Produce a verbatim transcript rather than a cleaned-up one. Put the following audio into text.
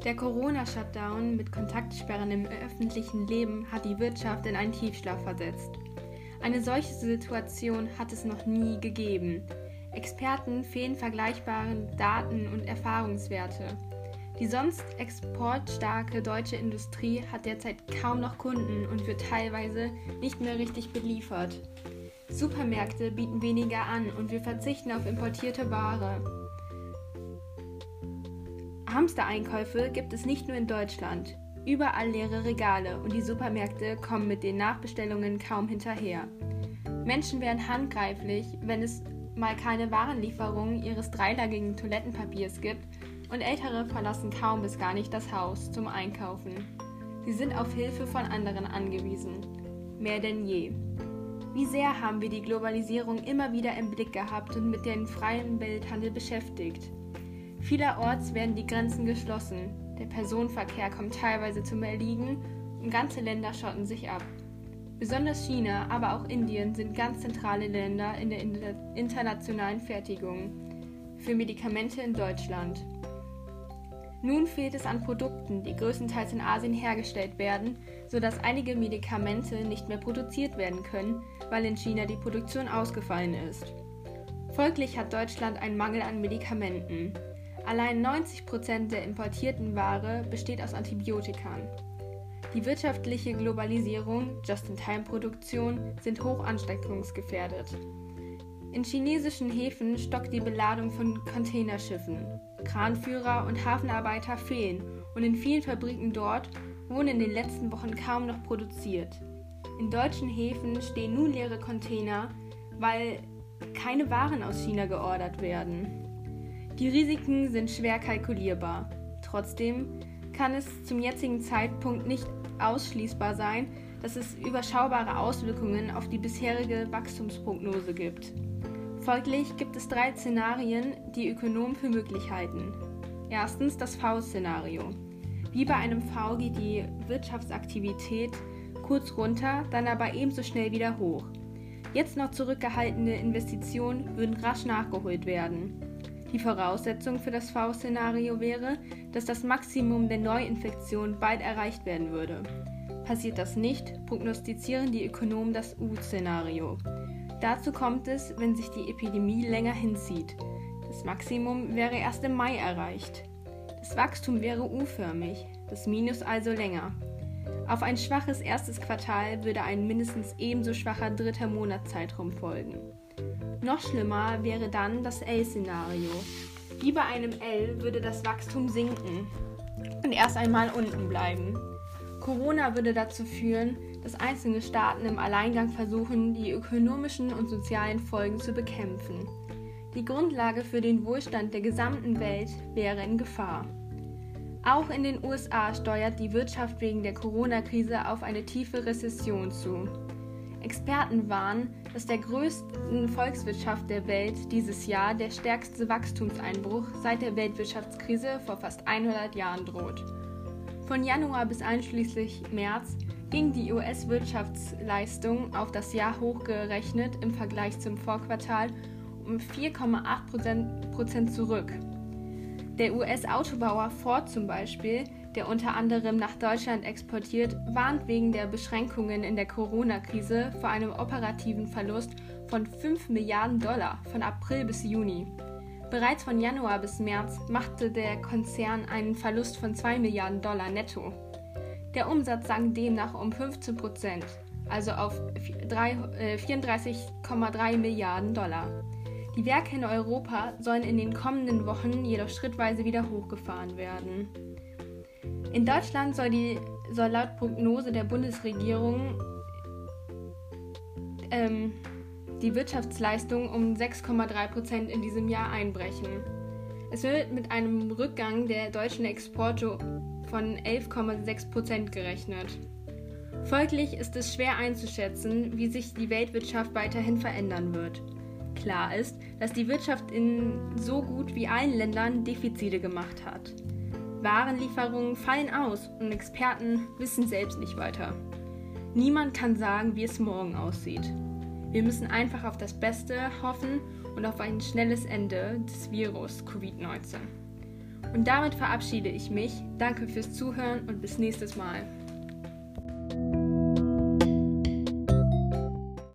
Der Corona-Shutdown mit Kontaktsperren im öffentlichen Leben hat die Wirtschaft in einen Tiefschlaf versetzt. Eine solche Situation hat es noch nie gegeben. Experten fehlen vergleichbare Daten und Erfahrungswerte. Die sonst exportstarke deutsche Industrie hat derzeit kaum noch Kunden und wird teilweise nicht mehr richtig beliefert. Supermärkte bieten weniger an und wir verzichten auf importierte Ware. Hamstereinkäufe gibt es nicht nur in Deutschland. Überall leere Regale und die Supermärkte kommen mit den Nachbestellungen kaum hinterher. Menschen werden handgreiflich, wenn es mal keine Warenlieferung ihres dreilagigen Toilettenpapiers gibt und Ältere verlassen kaum bis gar nicht das Haus zum Einkaufen. Sie sind auf Hilfe von anderen angewiesen. Mehr denn je. Wie sehr haben wir die Globalisierung immer wieder im Blick gehabt und mit dem freien Welthandel beschäftigt? Vielerorts werden die Grenzen geschlossen, der Personenverkehr kommt teilweise zum Erliegen und ganze Länder schotten sich ab. Besonders China, aber auch Indien sind ganz zentrale Länder in der internationalen Fertigung für Medikamente in Deutschland. Nun fehlt es an Produkten, die größtenteils in Asien hergestellt werden, sodass einige Medikamente nicht mehr produziert werden können, weil in China die Produktion ausgefallen ist. Folglich hat Deutschland einen Mangel an Medikamenten. Allein neunzig Prozent der importierten Ware besteht aus Antibiotika. Die wirtschaftliche Globalisierung, Just-in-Time-Produktion sind hoch ansteckungsgefährdet. In chinesischen Häfen stockt die Beladung von Containerschiffen. Kranführer und Hafenarbeiter fehlen und in vielen Fabriken dort wurden in den letzten Wochen kaum noch produziert. In deutschen Häfen stehen nun leere Container, weil keine Waren aus China geordert werden. Die Risiken sind schwer kalkulierbar. Trotzdem kann es zum jetzigen Zeitpunkt nicht ausschließbar sein, dass es überschaubare Auswirkungen auf die bisherige Wachstumsprognose gibt. Folglich gibt es drei Szenarien, die Ökonomen für möglich halten. Erstens das V-Szenario. Wie bei einem V geht die Wirtschaftsaktivität kurz runter, dann aber ebenso schnell wieder hoch. Jetzt noch zurückgehaltene Investitionen würden rasch nachgeholt werden. Die Voraussetzung für das V-Szenario wäre, dass das Maximum der Neuinfektionen bald erreicht werden würde. Passiert das nicht, prognostizieren die Ökonomen das U-Szenario. Dazu kommt es, wenn sich die Epidemie länger hinzieht. Das Maximum wäre erst im Mai erreicht. Das Wachstum wäre U-förmig, das Minus also länger. Auf ein schwaches erstes Quartal würde ein mindestens ebenso schwacher dritter Monatszeitraum folgen. Noch schlimmer wäre dann das L-Szenario. Wie bei einem L würde das Wachstum sinken und erst einmal unten bleiben. Corona würde dazu führen, dass einzelne Staaten im Alleingang versuchen, die ökonomischen und sozialen Folgen zu bekämpfen. Die Grundlage für den Wohlstand der gesamten Welt wäre in Gefahr. Auch in den U S A steuert die Wirtschaft wegen der Corona-Krise auf eine tiefe Rezession zu. Experten warnen, dass der größten Volkswirtschaft der Welt dieses Jahr der stärkste Wachstumseinbruch seit der Weltwirtschaftskrise vor fast hundert Jahren droht. Von Januar bis einschließlich März ging die U S-Wirtschaftsleistung auf das Jahr hochgerechnet im Vergleich zum Vorquartal um vier Komma acht Prozent zurück. Der U S-Autobauer Ford zum Beispiel, der unter anderem nach Deutschland exportiert, warnt wegen der Beschränkungen in der Corona-Krise vor einem operativen Verlust von fünf Milliarden Dollar von April bis Juni. Bereits von Januar bis März machte der Konzern einen Verlust von zwei Milliarden Dollar netto. Der Umsatz sank demnach um fünfzehn Prozent, also auf vierunddreißig Komma drei Milliarden Dollar. Die Werke in Europa sollen in den kommenden Wochen jedoch schrittweise wieder hochgefahren werden. In Deutschland soll, die, soll laut Prognose der Bundesregierung ähm, die Wirtschaftsleistung um sechs Komma drei Prozent in diesem Jahr einbrechen. Es wird mit einem Rückgang der deutschen Exporte von elf Komma sechs Prozent gerechnet. Folglich ist es schwer einzuschätzen, wie sich die Weltwirtschaft weiterhin verändern wird. Klar ist, dass die Wirtschaft in so gut wie allen Ländern Defizite gemacht hat. Warenlieferungen fallen aus und Experten wissen selbst nicht weiter. Niemand kann sagen, wie es morgen aussieht. Wir müssen einfach auf das Beste hoffen und auf ein schnelles Ende des Virus Covid neunzehn. Und damit verabschiede ich mich. Danke fürs Zuhören und bis nächstes Mal.